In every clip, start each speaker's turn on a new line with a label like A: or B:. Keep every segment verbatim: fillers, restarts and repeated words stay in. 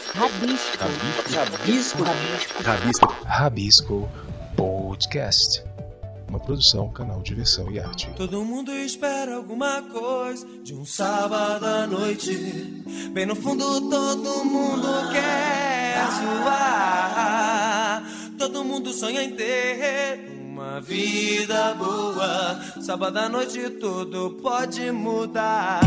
A: Rabisco.
B: Rabisco.
A: Rabisco.
B: Rabisco.
C: Rabisco Podcast. Uma produção, canal Diversão e Arte.
D: Todo mundo espera alguma coisa de um sábado à noite. Bem no fundo todo mundo quer zoar. Todo mundo sonha em ter uma vida boa. Sábado à noite tudo pode mudar.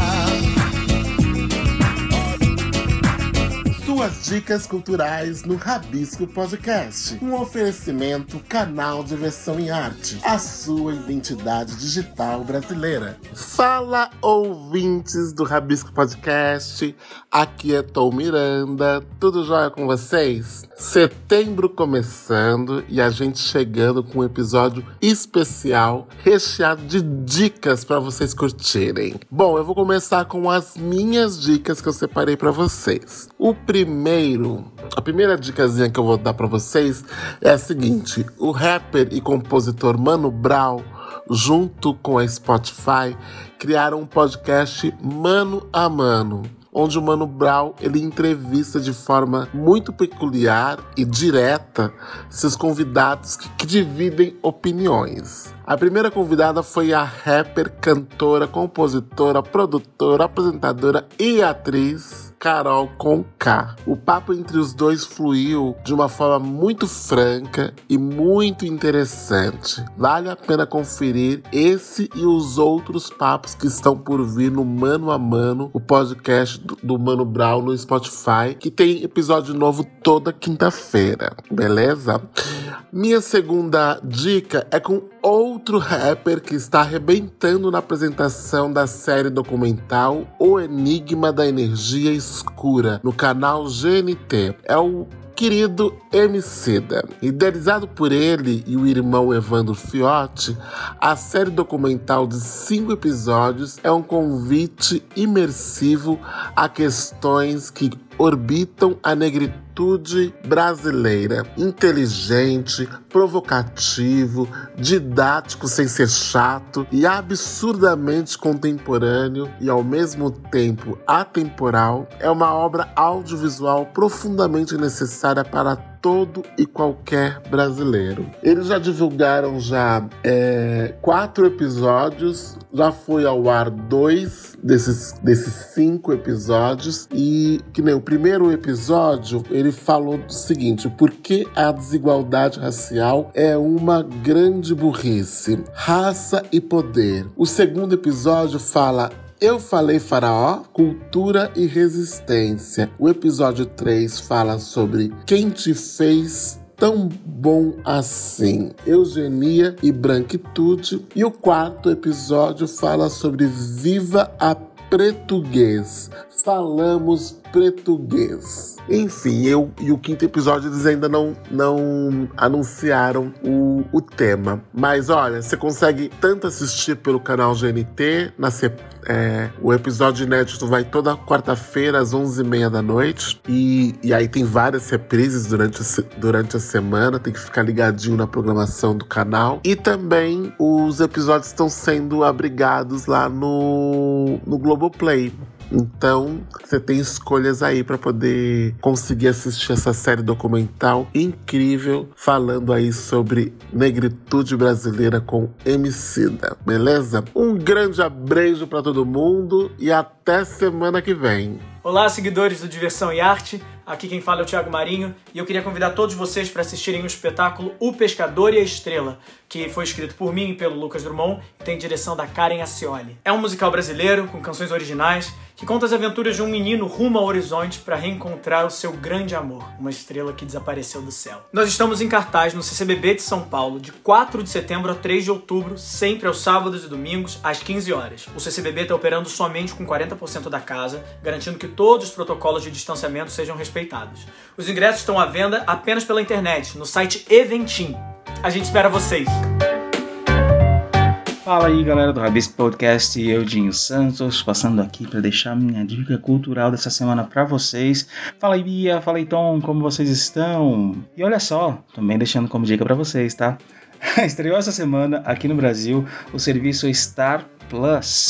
E: Suas dicas culturais no Rabisco Podcast. Um oferecimento canal Diversão em Arte. A sua identidade digital brasileira. Fala, ouvintes do Rabisco Podcast. Aqui é Tom Miranda. Tudo jóia com vocês? Setembro começando e a gente chegando com um episódio especial recheado de dicas para vocês curtirem. Bom, eu vou começar com as minhas dicas que eu separei para vocês. O Primeiro, a primeira dicasinha que eu vou dar pra vocês é a seguinte: o rapper e compositor Mano Brown, junto com a Spotify, criaram um podcast Mano a Mano, onde o Mano Brown ele entrevista de forma muito peculiar e direta seus convidados que, que dividem opiniões. A primeira convidada foi a rapper, cantora, compositora, produtora, apresentadora e atriz Carol Conká. O papo entre os dois fluiu de uma forma muito franca e muito interessante. Vale a pena conferir esse e os outros papos que estão por vir no Mano a Mano, o podcast do, do Mano Brown no Spotify, que tem episódio novo toda quinta-feira, beleza? Minha segunda dica é com outro rapper que está arrebentando na apresentação da série documental O Enigma da Energia Escura, no canal G N T. É o querido Emicida. Idealizado por ele e o irmão Evandro Fiotti, a série documental de cinco episódios é um convite imersivo a questões que orbitam a negritude brasileira. Inteligente, provocativo, didático sem ser chato e absurdamente contemporâneo e ao mesmo tempo atemporal, é uma obra audiovisual profundamente necessária para todo e qualquer brasileiro. Eles já divulgaram já é, quatro episódios, já foi ao ar dois desses, desses cinco episódios e que nem o primeiro episódio ele falou do seguinte: por que a desigualdade racial é uma grande burrice, raça e poder. O segundo episódio fala Eu Falei Faraó, Cultura e Resistência. O episódio três fala sobre Quem Te Fez Tão Bom Assim, Eugenia e Branquitude. E o quarto episódio fala sobre Viva a Português, Falamos Português. Enfim, eu e o quinto episódio eles ainda não, não anunciaram o, o tema. Mas olha, você consegue tanto assistir pelo canal G N T, na, é, o episódio inédito vai toda quarta-feira às onze e meia da noite. E, e aí tem várias reprises durante a, durante a semana, tem que ficar ligadinho na programação do canal. E também os episódios estão sendo abrigados lá no, no Globoplay. Então, você tem escolhas aí para poder conseguir assistir essa série documental incrível, falando aí sobre negritude brasileira com Emicida, beleza? Um grande abraço para todo mundo e até semana que vem.
F: Olá, seguidores do Diversão e Arte. Aqui quem fala é o Thiago Marinho e eu queria convidar todos vocês para assistirem o espetáculo O Pescador e a Estrela, que foi escrito por mim e pelo Lucas Drummond e tem direção da Karen Ascioli. É um musical brasileiro com canções originais que conta as aventuras de um menino rumo ao horizonte para reencontrar o seu grande amor, uma estrela que desapareceu do céu. Nós estamos em cartaz no C C B B de São Paulo de quatro de setembro a três de outubro, sempre aos sábados e domingos às quinze horas. O C C B B está operando somente com quarenta por cento da casa, garantindo que todos os protocolos de distanciamento sejam respeitados. Os ingressos estão à venda apenas pela internet, no site Eventim. A gente espera vocês!
G: Fala aí, galera do Rabisco Podcast, eu, Dinho Santos, passando aqui para deixar minha dica cultural dessa semana para vocês. Fala aí, Bia, fala aí, Tom, como vocês estão? E olha só, também deixando como dica para vocês, tá? Estreou essa semana aqui no Brasil o serviço Star Plus.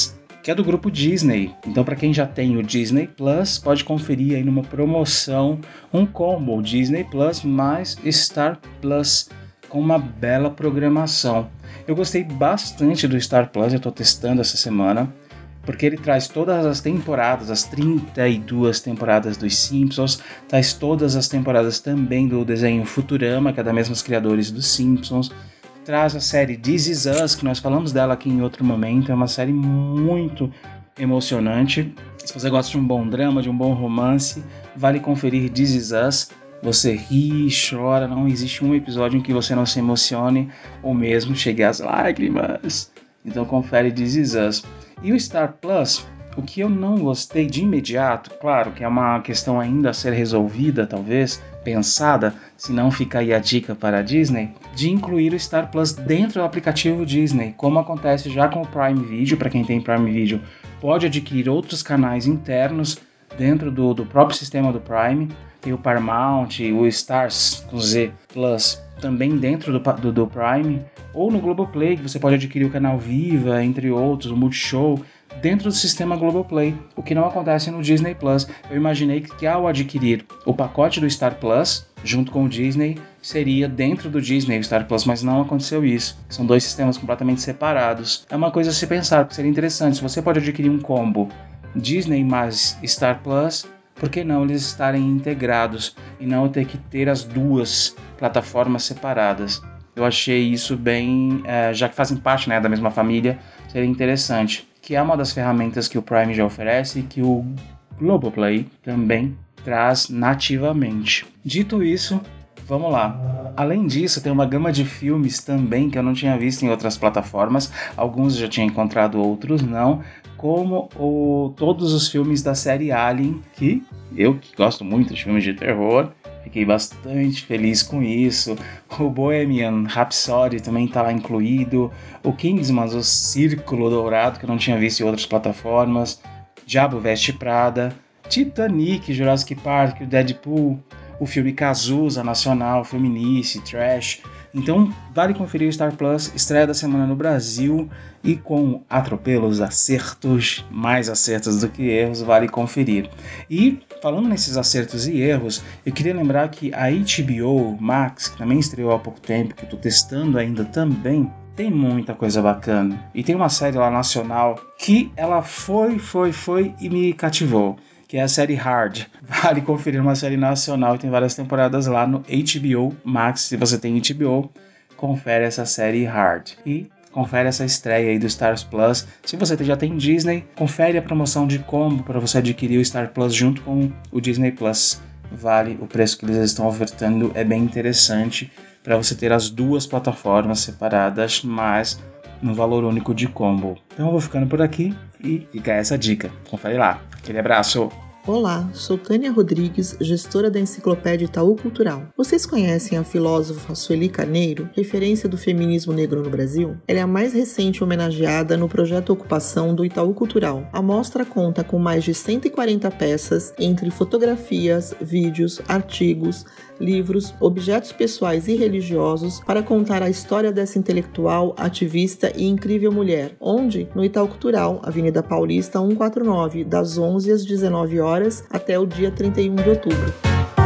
G: que é do grupo Disney. Então, para quem já tem o Disney Plus, pode conferir aí numa promoção um combo Disney Plus mais Star Plus, com uma bela programação. Eu gostei bastante do Star Plus, eu estou testando essa semana, porque ele traz todas as temporadas, as trinta e duas temporadas dos Simpsons, traz todas as temporadas também do desenho Futurama, que é da mesmos criadores dos Simpsons, traz a série This Is Us, que nós falamos dela aqui em outro momento, é uma série muito emocionante. Se você gosta de um bom drama, de um bom romance, vale conferir This Is Us. Você ri, chora, não existe um episódio em que você não se emocione ou mesmo chegue às lágrimas. Então confere This Is Us. E o Star Plus, o que eu não gostei de imediato, claro que é uma questão ainda a ser resolvida, talvez, pensada, se não fica aí a dica para a Disney, de incluir o Star Plus dentro do aplicativo Disney, como acontece já com o Prime Video. Para quem tem Prime Video, pode adquirir outros canais internos dentro do, do próprio sistema do Prime. Tem o Paramount, o Stars com Z Plus também dentro do, do, do Prime, ou no Globoplay, que você pode adquirir o canal Viva, entre outros, o Multishow, dentro do sistema Globoplay, o que não acontece no Disney Plus. Eu imaginei que, que ao adquirir o pacote do Star Plus, junto com o Disney, seria dentro do Disney o Star Plus, mas não aconteceu isso. São dois sistemas completamente separados. É uma coisa a se pensar, porque seria interessante, se você pode adquirir um combo Disney mais Star Plus, por que não eles estarem integrados e não ter que ter as duas plataformas separadas? Eu achei isso bem, é, já que fazem parte, né, da mesma família, seria interessante. Que é uma das ferramentas que o Prime já oferece e que o Globoplay também traz nativamente. Dito isso, vamos lá. Além disso, tem uma gama de filmes também que eu não tinha visto em outras plataformas. Alguns eu já tinha encontrado, outros não. Como o, todos os filmes da série Alien, que eu que gosto muito de filmes de terror, fiquei bastante feliz com isso. O Bohemian Rhapsody também está lá incluído. O Kingsman, o Círculo Dourado, que eu não tinha visto em outras plataformas. Diabo Veste Prada. Titanic, Jurassic Park, o Deadpool. O filme Cazuza Nacional, o filme Nice, Trash. Então, vale conferir o Star Plus, estreia da semana no Brasil, e com atropelos, acertos, mais acertos do que erros, vale conferir. E, falando nesses acertos e erros, eu queria lembrar que a H B O Max, que também estreou há pouco tempo, que eu estou testando ainda também, tem muita coisa bacana. E tem uma série lá nacional que ela foi, foi, foi e me cativou, que é a série Hard. Vale conferir, uma série nacional, tem várias temporadas lá no H B O Max. Se você tem H B O, confere essa série Hard. E confere essa estreia aí do Stars Plus. Se você já tem Disney, confere a promoção de combo para você adquirir o Star Plus junto com o Disney Plus. Vale o preço que eles estão ofertando, é bem interessante para você ter as duas plataformas separadas, mas no valor único de combo. Então eu vou ficando por aqui e fica essa dica. Confere lá. Aquele abraço.
A: Olá, sou Tânia Rodrigues, gestora da Enciclopédia Itaú Cultural. Vocês conhecem a filósofa Sueli Carneiro, referência do feminismo negro no Brasil? Ela é a mais recente homenageada no projeto Ocupação do Itaú Cultural. A mostra conta com mais de cento e quarenta peças, entre fotografias, vídeos, artigos, livros, objetos pessoais e religiosos, para contar a história dessa intelectual, ativista e incrível mulher. Onde? No Itaú Cultural, Avenida Paulista cento e quarenta e nove, das onze às dezenove horas até o dia trinta e um de outubro.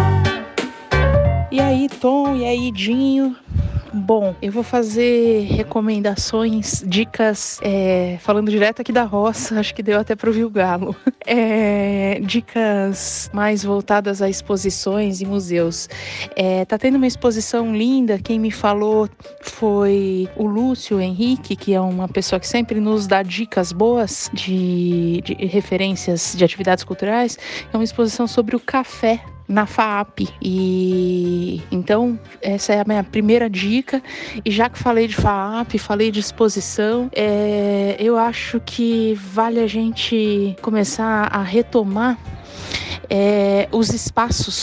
B: E aí, Tom? E aí, Dinho? Bom, eu vou fazer recomendações, dicas, é, falando direto aqui da roça, acho que deu até para ouvir o galo. É, dicas mais voltadas a exposições e museus. É, tá tendo uma exposição linda, quem me falou foi o Lúcio Henrique, que é uma pessoa que sempre nos dá dicas boas de, de referências de atividades culturais. É uma exposição sobre o café na FAAP. E então essa é a minha primeira dica. E já que falei de FAAP, falei de exposição, é, eu acho que vale a gente começar a retomar é, os espaços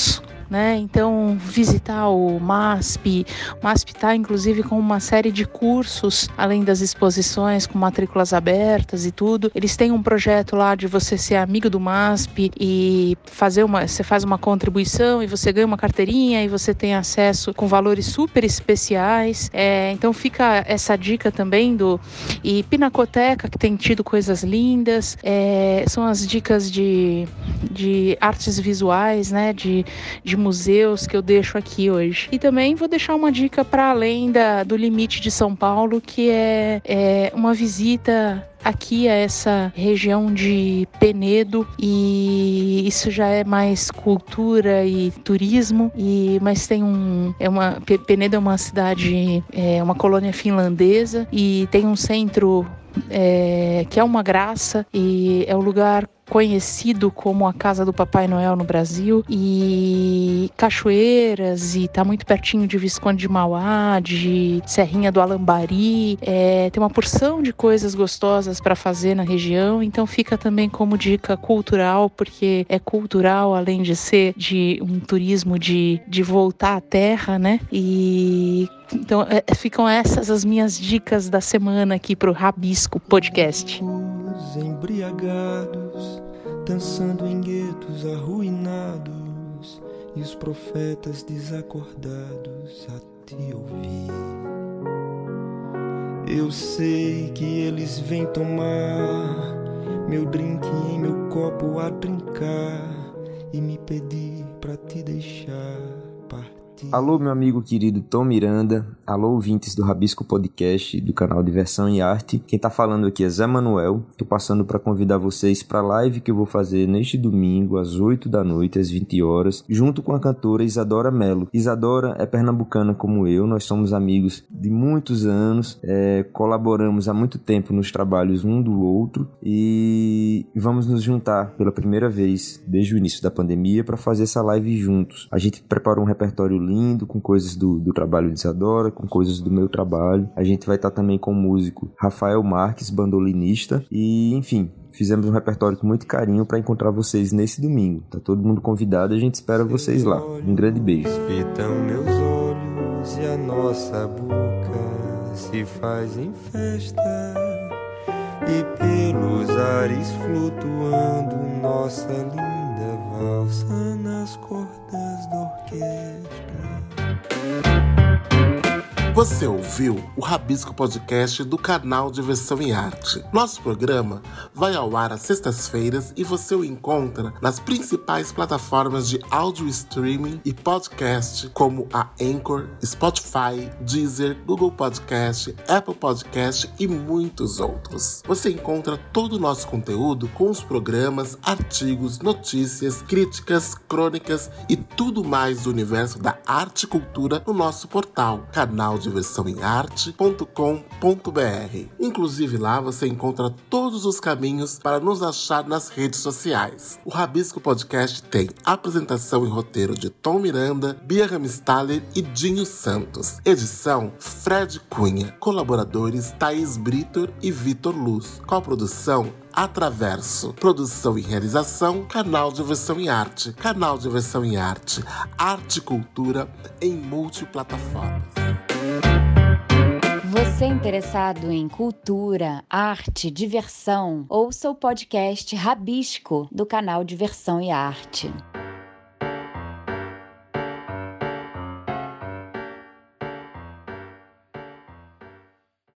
B: né? Então, visitar o MASP. O MASP está, inclusive, com uma série de cursos, além das exposições, com matrículas abertas e tudo. Eles têm um projeto lá de você ser amigo do MASP e fazer uma, você faz uma contribuição e você ganha uma carteirinha e você tem acesso com valores super especiais. É, então, fica essa dica também do... E Pinacoteca, que tem tido coisas lindas. É, são as dicas de, de artes visuais, né? De, de museus que eu deixo aqui hoje. E também vou deixar uma dica para além da, do limite de São Paulo, que é, é uma visita aqui a essa região de Penedo, e isso já é mais cultura e turismo, e, mas tem um... É uma, Penedo é uma cidade, é uma colônia finlandesa, e tem um centro é, que é uma graça, e é o lugar conhecido como a Casa do Papai Noel no Brasil, e cachoeiras, e tá muito pertinho de Visconde de Mauá, de Serrinha do Alambari, é, tem uma porção de coisas gostosas para fazer na região, então fica também como dica cultural, porque é cultural além de ser de um turismo de, de voltar à terra, né? E então é, ficam essas as minhas dicas da semana aqui pro Rabisco Podcast.
D: Os embriagados, dançando em guetos arruinados, e os profetas desacordados a te ouvir. Eu sei que eles vêm tomar meu drink em meu copo a trincar e me pedir pra te deixar partir.
H: Alô, meu amigo querido Tom Miranda, alô, ouvintes do Rabisco Podcast, do canal Diversão e Arte. Quem tá falando aqui é Zé Manuel. Tô passando para convidar vocês para a live que eu vou fazer neste domingo, às oito da noite, às vinte horas, junto com a cantora Isadora Mello. Isadora é pernambucana como eu, nós somos amigos de muitos anos, é, colaboramos há muito tempo nos trabalhos um do outro e vamos nos juntar pela primeira vez desde o início da pandemia para fazer essa live juntos. A gente preparou um repertório lindo, com coisas do, do trabalho de Isadora, com coisas do meu trabalho. A gente vai estar também com o músico Rafael Marques, bandolinista, e enfim, fizemos um repertório com muito carinho para encontrar vocês nesse domingo. Tá todo mundo convidado, a gente espera vocês lá. Um grande beijo.
D: Fitam meus olhos e a nossa boca se faz em festa, e pelos ares flutuando nossa linda valsa nas cordas da orquestra.
E: Você ouviu o Rabisco Podcast do canal Diversão e Arte. Nosso programa vai ao ar às sextas-feiras e você o encontra nas principais plataformas de áudio streaming e podcast, como a Anchor, Spotify, Deezer, Google Podcast, Apple Podcast e muitos outros. Você encontra todo o nosso conteúdo com os programas, artigos, notícias, críticas, crônicas e tudo mais do universo da arte e cultura no nosso portal, canal diversão em arte ponto com ponto b r. Inclusive lá você encontra todos os caminhos para nos achar nas redes sociais. O Rabisco Podcast tem apresentação e roteiro de Tom Miranda, Bia Ramstaller e Dinho Santos. Edição Fred Cunha. Colaboradores Thaís Britor e Vitor Luz. Coprodução Atraverso. Produção e realização Canal Diversão e Arte. Canal Diversão e Arte. Arte e cultura em multiplataformas.
I: Você interessado em cultura, arte, diversão, ouça o podcast Rabisco do canal Diversão e Arte.